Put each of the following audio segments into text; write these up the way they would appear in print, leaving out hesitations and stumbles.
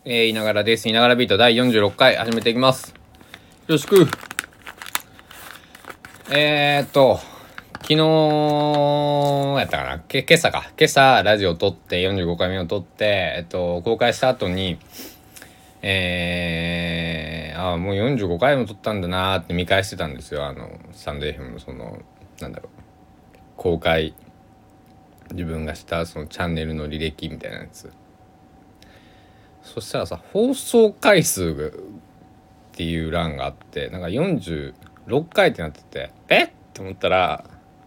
いながらです。いながらビート第46回始めていきます。よろしく。昨日やったかな、今朝ラジオ撮って45回目を撮って、公開した後に、もう45回も撮ったんだなーって見返してたんですよ。スタンド FM の公開、自分がしたそのチャンネルの履歴みたいなやつ。そしたらさ、放送回数っていう欄があって、なんか46回ってなってて、って思ったら、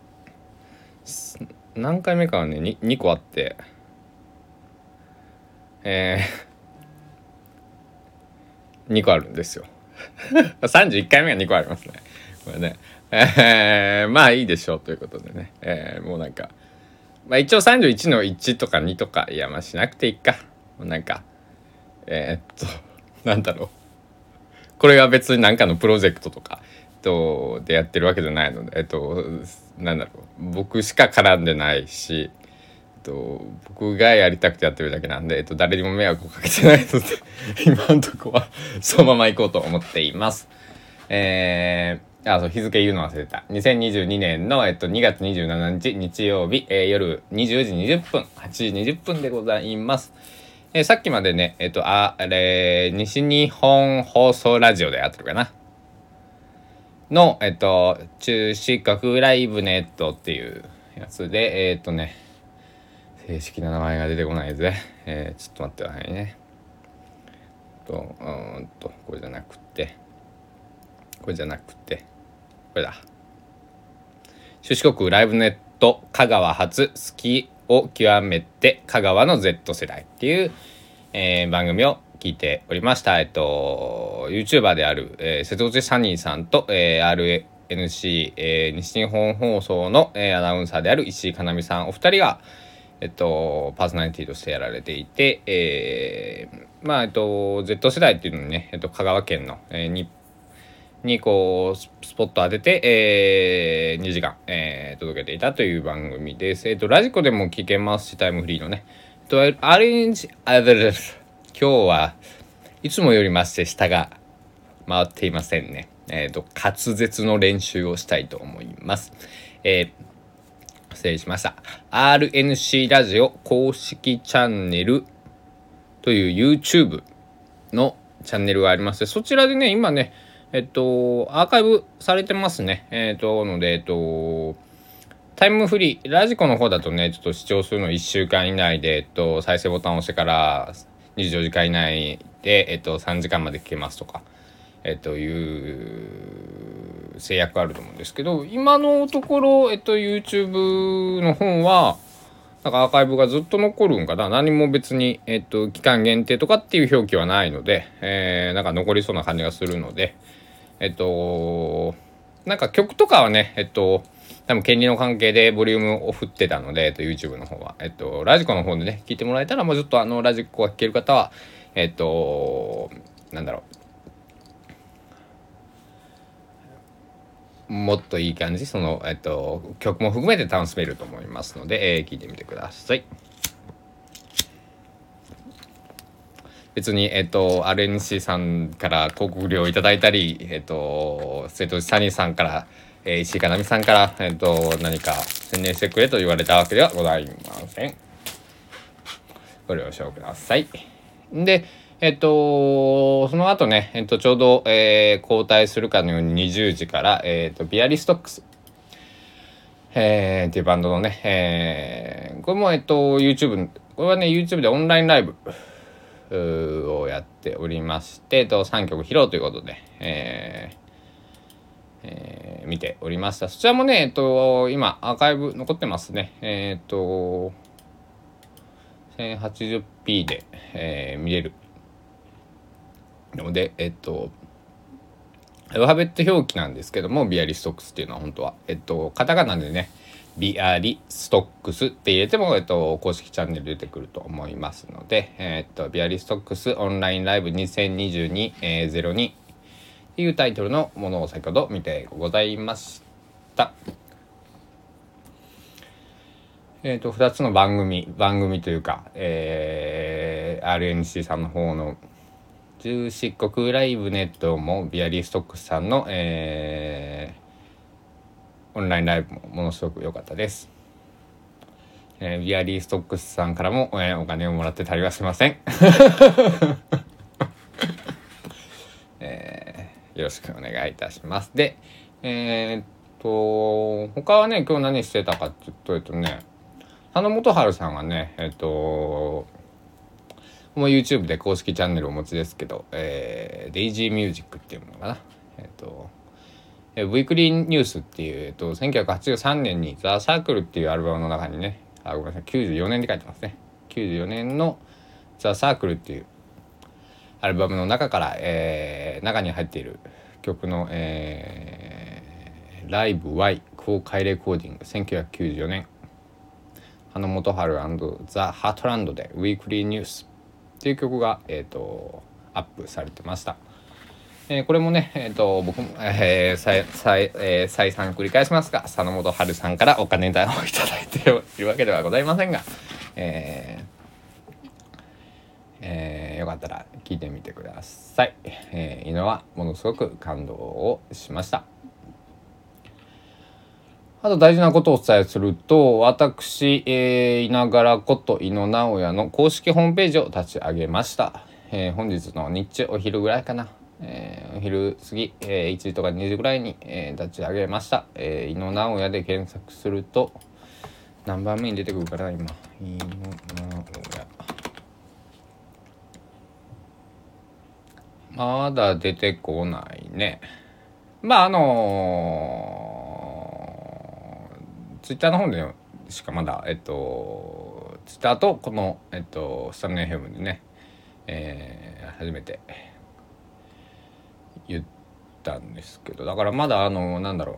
何回目かはね、2個あって、2個あるんですよ。31回目が2個ありますね。これね。まあいいでしょうということでね。もうなんか、まあ一応31の1とか2とか、いやまあしなくていいか。なんか、なんだろう。これは別に何かのプロジェクトとかでやってるわけじゃないので、なんだろう。僕しか絡んでないし、僕がやりたくてやってるだけなんで、誰にも迷惑をかけてないので今のとこはそのまま行こうと思っています。そう日付言うの忘れた。2022年の、2月27日日曜日、夜20時20分、8時20分でございます。さっきまでね、西日本放送ラジオでやってるかなの、中四国ライブネットっていうやつで、正式な名前が出てこないぜ。ちょっと待ってくださいね。これじゃなくて、これだ。中四国ライブネット香川発好きを極めて香川の Z 世代っていう、番組を聞いておりました。YouTuber である、瀬戸内サニーさんと、RNC、西日本放送の、アナウンサーである石井かなみさんお二人がパーソナリティとしてやられていて、Z 世代っていうのにね、香川県の、にこうスポット当てて、2時間、届けていたという番組です。ラジコでも聞けますし、タイムフリーのね。今日はいつもよりまして下が回っていませんね。滑舌の練習をしたいと思います。失礼しました。RNC ラジオ公式チャンネルという YouTube のチャンネルがありまして、そちらでね、今ね、アーカイブされてますね。ので、タイムフリー、ラジコの方だとね、ちょっと視聴するの1週間以内で、再生ボタンを押してから24時間以内で、3時間まで聞けますとか、いう制約あると思うんですけど、今のところ、YouTube の方は、なんかアーカイブがずっと残るんかな。何も別に、期間限定とかっていう表記はないので、なんか残りそうな感じがするので、なんか曲とかはね、多分権利の関係でボリュームを振ってたので、YouTube の方は、ラジコの方でね、聞いてもらえたら、もうずっとラジコが聴ける方は、なんだろう。もっといい感じ、曲も含めて楽しめると思いますので、聞いてみてください。別に、RNC さんから広告料をいただいたり、瀬戸内サニーさんから、石井かなみさんから、何か宣伝してくれと言われたわけではございません。ご了承ください。で、その後ね、ちょうど、交代するかのように20時から、ビアリストックス、っていうバンドのね、これも、YouTube、これはね、YouTube でオンラインライブをやっておりまして、3曲披露ということで、見ておりました。そちらもね、今アーカイブ残ってますね。1080p で、見れるので、アルファベット表記なんですけども、ビアリストックスっていうのは本当は、カタカナでね、ビアリストックスって入れても、公式チャンネル出てくると思いますので、ビアリストックスオンラインライブ2022-02っていうタイトルのものを先ほど見てございました。2つの番組というか、 RNC さんの方の14国ライブネットもビアリーストックスさんの、オンラインライブもものすごく良かったです。ビアリーストックスさんからも、お金をもらってたりはしません、よろしくお願いいたします。で他はね今日何してたかって言うとね、佐野元春さんはねもう YouTube で公式チャンネルをお持ちですけど、デイジーミュージックっていうのかな、ウィークリーニュースっていう、1983年にザ・サークルっていうアルバムの中にね、ごめんなさい、94年で書いてますね。94年のザ・サークルっていうアルバムの中から、中に入っている曲の、ライブ Y 公開レコーディング1994年佐野元春&ザ・ハートランドでウィークリーニュースっていう曲が、アップされてました。これもね、僕も、再三繰り返しますが、佐野元春さんからお金をいただいているわけではございませんが、よかったら聞いてみてください。井野はものすごく感動をしました。あと大事なことをお伝えすると、私、いながらこと井野直哉の公式ホームページを立ち上げました。本日の日中お昼ぐらいかな、お昼過ぎ、1時とか2時ぐらいに、立ち上げました。井野直哉で検索すると何番目に出てくるかな今、井野直哉まだ出てこないね。まあツイッターの方でしかまだツイッターとこのスタンド FM でね、初めて言ったんですけど、だからまだなんだろ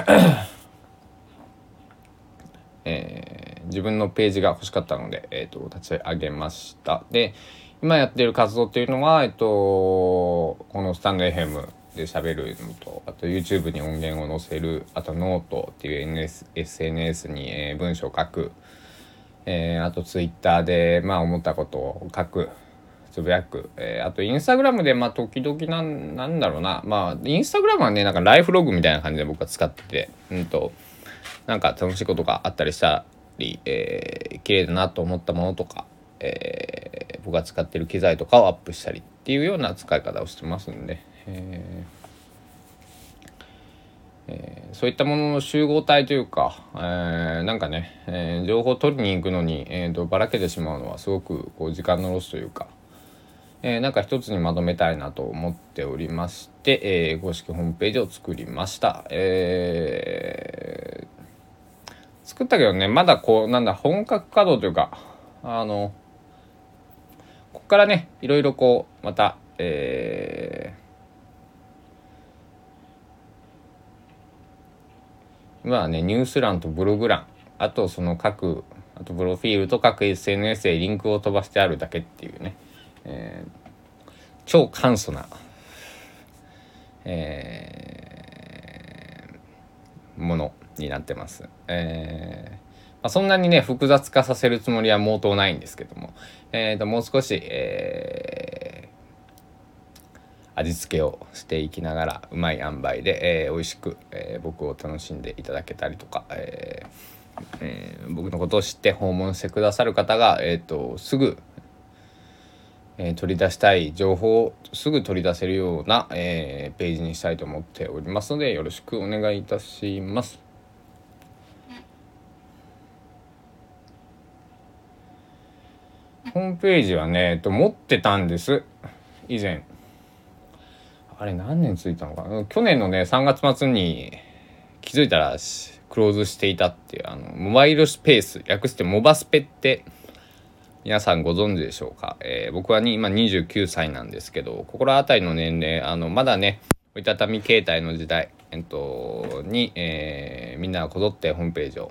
う自分のページが欲しかったので、立ち上げました。で今やっている活動っていうのはこのスタンド FM で喋るのと、あと YouTube に音源を載せる、あとノートっていう SNS に、文章を書く、あと Twitter で思ったことを書く、つぶやく、あとインスタグラムで時々なんだろうな、インスタグラムはねなんかライフログみたいな感じで僕は使ってて、なんか楽しいことがあったりしたり、綺麗だなと思ったものとか、僕が使ってる機材とかをアップしたりっていうような使い方をしてますんで、そういったものの集合体というか、なんかね、情報を取りに行くのに、ばらけてしまうのはすごく時間のロスというか、なんか一つにまとめたいなと思っておりまして、公式ホームページを作りました。作ったけどねまだ本格稼働というかここからねいろいろまた今はねニュース欄とブログ欄、あとそのあとプロフィールと各 SNS でリンクを飛ばしてあるだけっていうね、超簡素な、ものになってます。そんなにね複雑化させるつもりは毛頭ないんですけども、もう少し、味付けをしていきながらうまい塩梅で、美味しく、僕を楽しんでいただけたりとか、僕のことを知って訪問してくださる方が、すぐ、取り出したい情報をすぐ取り出せるような、ページにしたいと思っておりますのでよろしくお願いいたします。ホームページはね、持ってたんです以前。あれ何年ついたのかな、去年のね3月末に気づいたらクローズしていたっていう、モバイルスペース略してモバスペって皆さんご存知でしょうか。僕は今29歳なんですけど、心当たりの年齢まだね折りたたみ携帯の時代、に、みんながこぞってホームページを、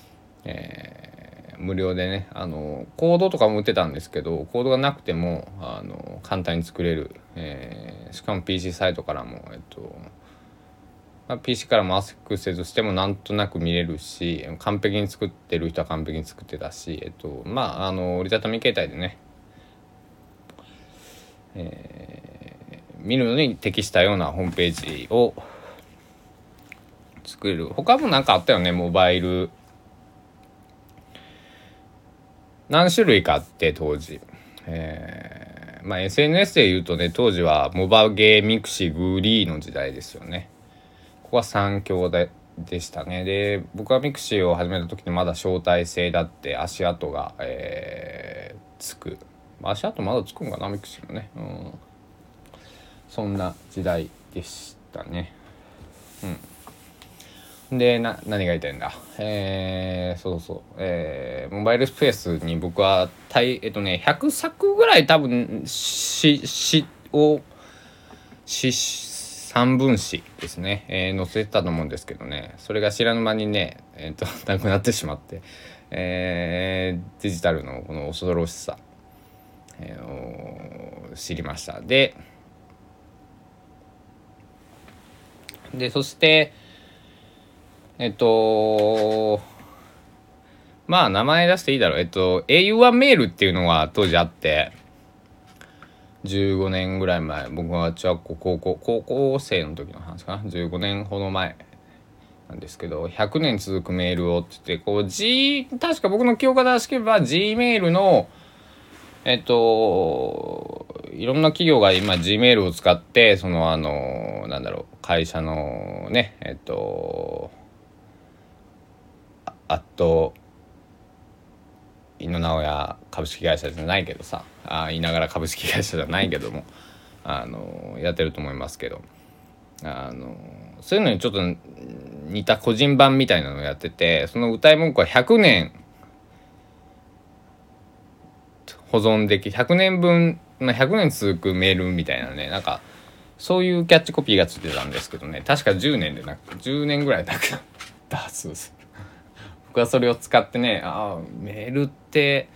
無料でねコードとかも売ってたんですけど、コードがなくても簡単に作れる、しかも PC サイトからもPC からもアクセスしてもなんとなく見れるし、完璧に作ってる人は完璧に作ってたし、折りたたみ携帯でね見るのに適したようなホームページを作れる。他もなんかあったよね。モバイル何種類かあって当時、SNS で言うとね、当時はモバゲー、ミクシー、グリーの時代ですよね。ここは3強でしたね。で、僕はミクシーを始めた時にまだ招待制だって足跡が、つく。足跡まだつくんかな、ミクシーのね。そんな時代でしたね。で、何が言いたいんだ。そうそう。モバイルスペースに僕は100作ぐらい多分3分詞ですね、載せたと思うんですけどね、それが知らぬ間にね、なくなってしまって、デジタルのこの恐ろしさ、を知りました。でそしてまあ名前出していいだろう。au メールっていうのが当時あって、15年ぐらい前、僕が中学校高校生の時の話かな、15年ほど前なんですけど、100年続くメールをって言って、こう確か僕の記憶が正しければ G メールのいろんな企業が今 G メールを使って、その会社のね井野直哉株式会社じゃないけどさ、言いながら株式会社じゃないけどもやってると思いますけど、そういうのにちょっと似た個人版みたいなのをやってて、その歌い文句は100年保存でき100年分、100年続くメールみたいなね、なんかそういうキャッチコピーがついてたんですけどね、確か10年でなく10年ぐらいなくなったはずです。僕はそれを使ってね、メールって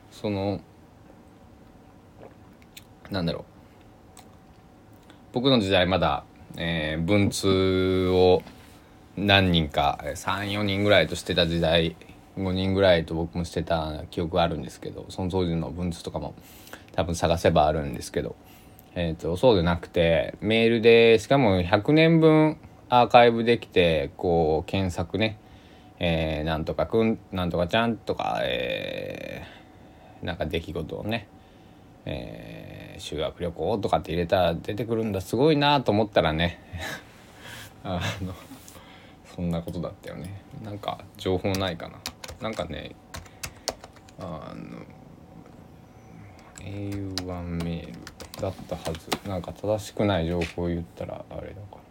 僕の時代まだ、文通を何人か3、4人ぐらいとしてた時代、5人ぐらいと僕もしてた記憶があるんですけど、その当時の文通とかも多分探せばあるんですけど、そうでなくてメールで、しかも100年分アーカイブできて、こう検索ね、なんとかくんなんとかちゃんとか、なんか出来事をね、修学旅行とかって入れたら出てくるんだ、すごいなと思ったらねそんなことだったよね。なんか情報ないかな、なんかねau1 メールだったはず。なんか正しくない情報を言ったらあれだから、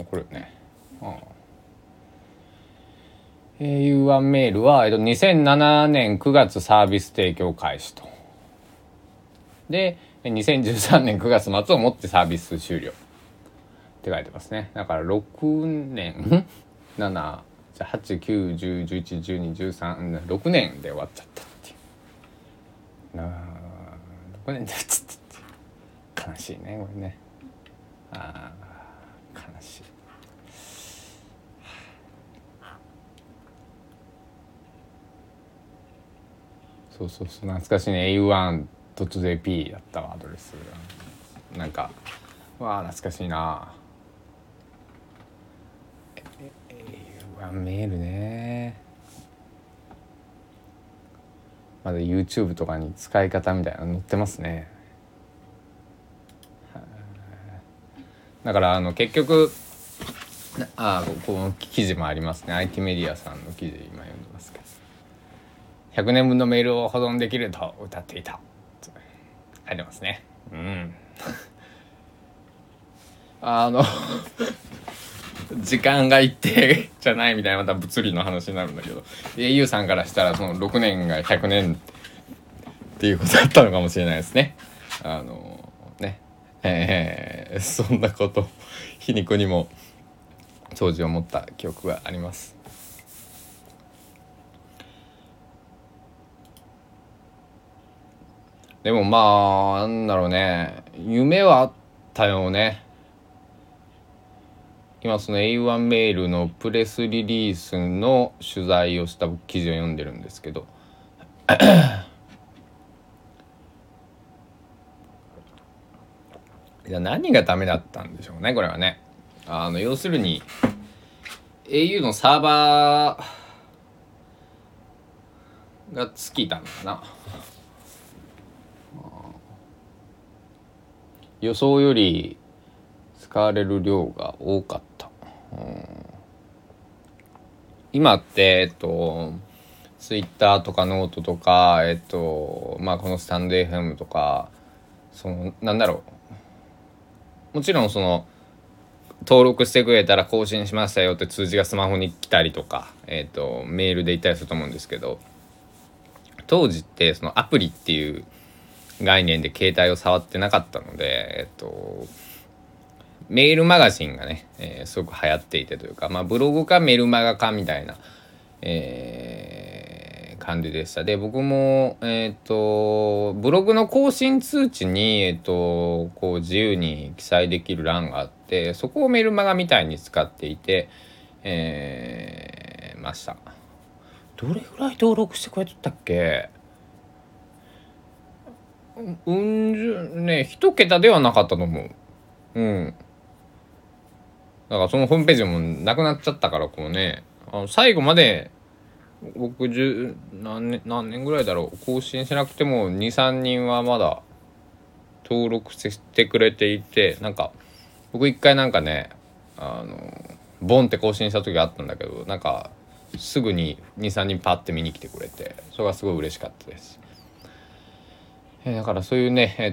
これね、au1 メールは、2007年9月サービス提供開始と。で、2013年9月末をもってサービス終了って書いてますね。だから6年7じゃ8、9、10、11、12、13、6年で終わっちゃったっていう。6年で終わっちゃったって。悲しいね、これね。悲しい。そう懐かしいね。au1.jp だったわ、アドレス。なんか懐かしいな。au1 メールね。まだ YouTube とかに使い方みたいなの載ってますね。だから結局この記事もありますね。 IT メディアさんの記事今読んでますけど、100年分のメールを保存できると歌っていた書いてますね。時間が一定じゃないみたいな、また物理の話になるんだけど、 au さんからしたらその6年が100年っていうことだったのかもしれないですね。そんなこと皮肉にも当時思った記憶があります。でもなんだろうね、夢はあったよね。今その A1 メールのプレスリリースの取材をした記事を読んでるんですけどいや何がダメだったんでしょうねこれはね。要するに au のサーバーが尽きたのかな。予想より使われる量が多かった。今ってツイッターとかノートとかこのスタンド FM とかなんだろう、もちろん登録してくれたら更新しましたよって通知がスマホに来たりとかメールで言ったりすると思うんですけど、当時ってアプリっていう概念で携帯を触ってなかったのでメールマガジンがね、すごく流行っていてというか、ブログかメルマガかみたいな、感じでした。で僕もブログの更新通知にこう自由に記載できる欄があって、そこをメルマガみたいに使っていてました。どれぐらい登録してくれてたっけ。一桁ではなかったと思う。だからそのホームページもなくなっちゃったから最後まで僕何年ぐらいだろう、更新しなくても 2,3 人はまだ登録してくれていて、僕一回ボンって更新した時があったんだけど、すぐに 2,3 人パッて見に来てくれて、それがすごい嬉しかったです。だからそういうね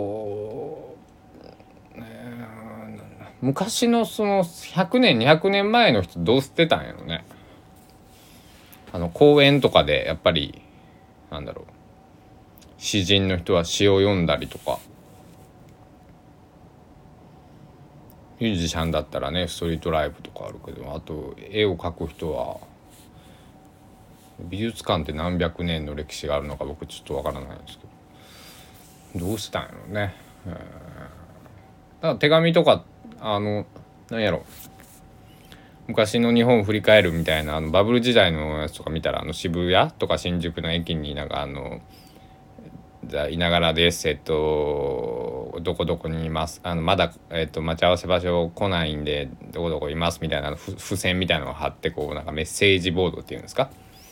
昔の100年200年前の人どうしてたんやろね。公園とかでやっぱり詩人の人は詩を読んだりとか、ミュージシャンだったらねストリートライブとかあるけど、あと絵を描く人は美術館って何百年の歴史があるのか僕ちょっとわからないんですけど、どうしたんやろね。だから手紙とか何やろ、昔の日本を振り返るみたいなバブル時代のやつとか見たら渋谷とか新宿の駅にじゃあいながらですどこどこにいますまだ待ち合わせ場所来ないんでどこどこいますみたいな付箋みたいなのを貼ってメッセージボードっていうんですか、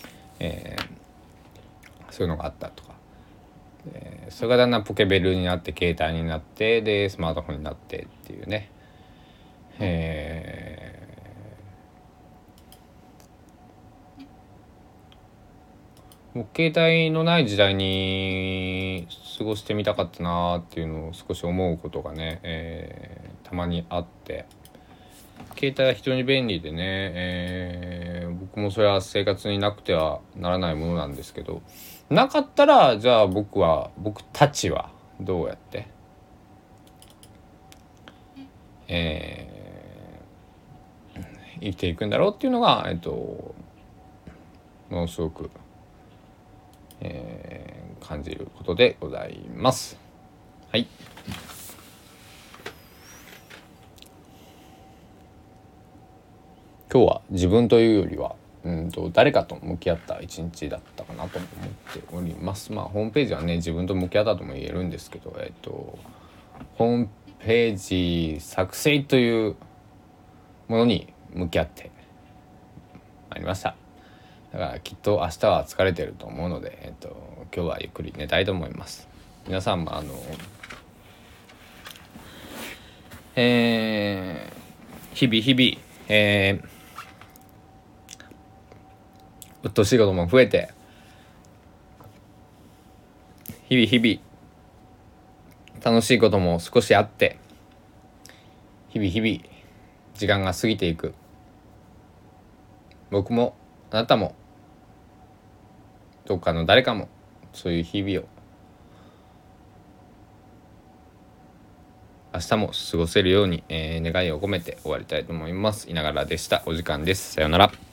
そういうのがあったとか、それがだんだんポケベルになって携帯になってでスマートフォンになってっていうね、もう携帯のない時代に過ごしてみたかったなっていうのを少し思うことがね、たまにあって、携帯は非常に便利でね、僕もそれは生活になくてはならないものなんですけど、なかったらじゃあ僕たちはどうやって、生きていくんだろうっていうのがものすごく、感じることでございます。はい。今日は自分というよりは誰かと向き合った一日だったかなと思っております。ホームページはね自分と向き合ったとも言えるんですけど、ホームページ作成というものに向き合ってまいりました。だからきっと明日は疲れてると思うので、今日はゆっくり寝たいと思います。皆さんも日々うっとうしいことも増えて、日々楽しいことも少しあって、日々時間が過ぎていく。僕もあなたもどっかの誰かもそういう日々を明日も過ごせるように、願いを込めて終わりたいと思います。いながらでした。お時間です。さようなら。